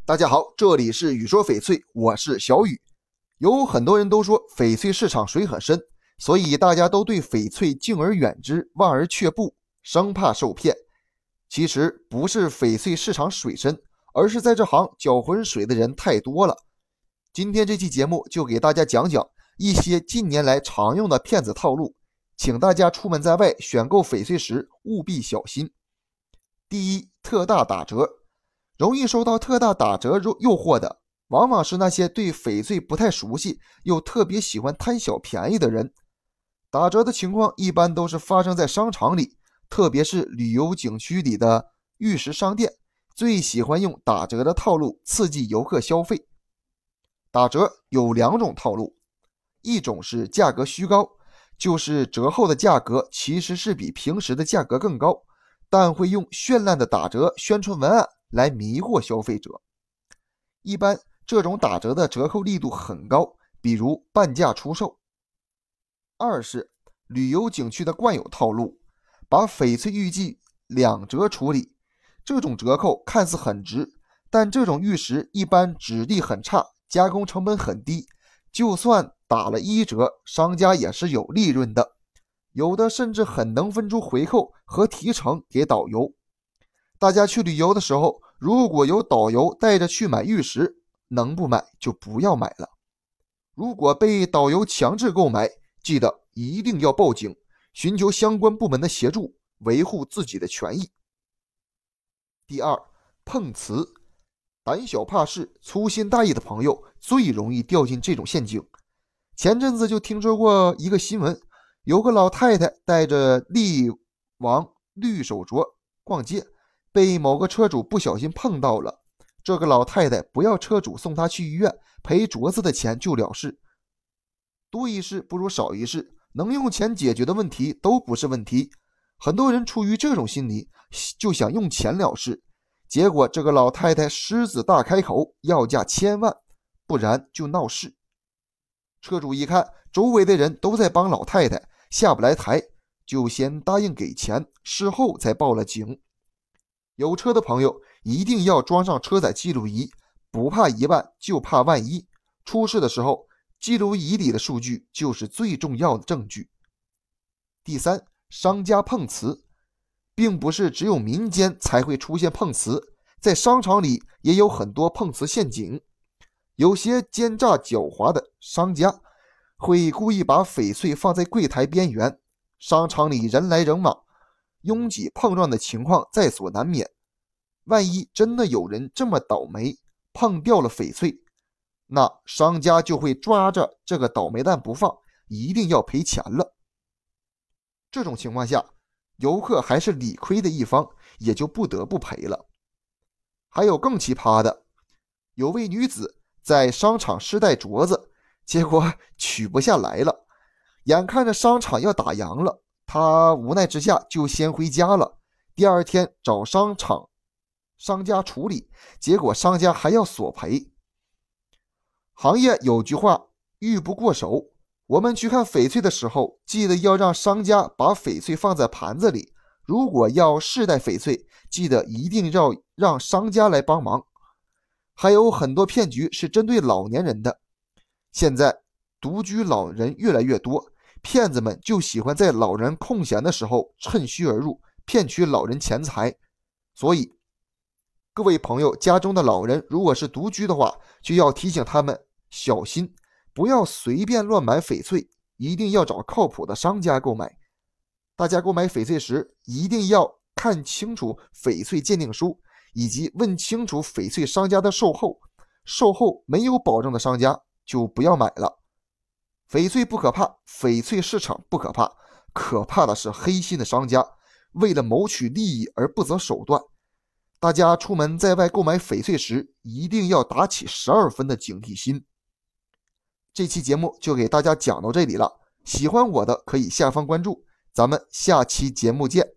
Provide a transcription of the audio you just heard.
大家好，这里是雨说翡翠，我是小雨。有很多人都说翡翠市场水很深，所以大家都对翡翠敬而远之，望而却步，生怕受骗。其实不是翡翠市场水深，而是在这行搅浑水的人太多了。今天这期节目就给大家讲讲一些近年来常用的骗子套路，请大家出门在外选购翡翠时务必小心。第一，特大打折。容易受到特大打折诱惑的，往往是那些对翡翠不太熟悉又特别喜欢贪小便宜的人。打折的情况一般都是发生在商场里，特别是旅游景区里的玉石商店，最喜欢用打折的套路刺激游客消费。打折有两种套路，一种是价格虚高，就是折后的价格其实是比平时的价格更高，但会用绚烂的打折宣传文案来迷惑消费者。一般这种打折的折扣力度很高，比如半价出售。二是旅游景区的惯有套路，把翡翠玉器两折处理。这种折扣看似很值，但这种玉石一般质地很差，加工成本很低，就算打了一折，商家也是有利润的，有的甚至很能分出回扣和提成给导游。大家去旅游的时候，如果有导游带着去买玉石，能不买就不要买了。如果被导游强制购买，记得一定要报警，寻求相关部门的协助，维护自己的权益。第二，碰瓷。胆小怕事、粗心大意的朋友最容易掉进这种陷阱。前阵子就听说过一个新闻，有个老太太带着力王绿手镯逛街，被某个车主不小心碰到了。这个老太太不要车主送她去医院，赔镯子的钱就了事。多一事不如少一事，能用钱解决的问题都不是问题。很多人出于这种心理，就想用钱了事，结果这个老太太狮子大开口，要价1000万，不然就闹事。车主一看周围的人都在帮老太太，下不来台，就先答应给钱，事后才报了警。有车的朋友一定要装上车载记录仪，不怕1万就怕万一，出事的时候记录仪里的数据就是最重要的证据。第三，商家碰瓷。并不是只有民间才会出现碰瓷，在商场里也有很多碰瓷陷阱。有些奸诈狡猾的商家会故意把翡翠放在柜台边缘，商场里人来人往，拥挤碰撞的情况在所难免。万一真的有人这么倒霉碰掉了翡翠，那商家就会抓着这个倒霉蛋不放，一定要赔钱了。这种情况下，游客还是理亏的一方，也就不得不赔了。还有更奇葩的，有位女子在商场试戴镯子，结果取不下来了，眼看着商场要打烊了，她无奈之下就先回家了。第二天找商家处理，结果商家还要索赔。行业有句话，玉不过手。我们去看翡翠的时候，记得要让商家把翡翠放在盘子里。如果要试戴翡翠，记得一定要让商家来帮忙。还有很多骗局是针对老年人的。现在独居老人越来越多，骗子们就喜欢在老人空闲的时候趁虚而入，骗取老人钱财。所以各位朋友家中的老人如果是独居的话，就要提醒他们小心，不要随便乱买翡翠，一定要找靠谱的商家购买。大家购买翡翠时一定要看清楚翡翠鉴定书，以及问清楚翡翠商家的售后，售后没有保证的商家就不要买了。翡翠不可怕，翡翠市场不可怕，可怕的是黑心的商家为了谋取利益而不择手段。大家出门在外购买翡翠时一定要打起12分的警惕心。这期节目就给大家讲到这里了，喜欢我的可以下方关注，咱们下期节目见。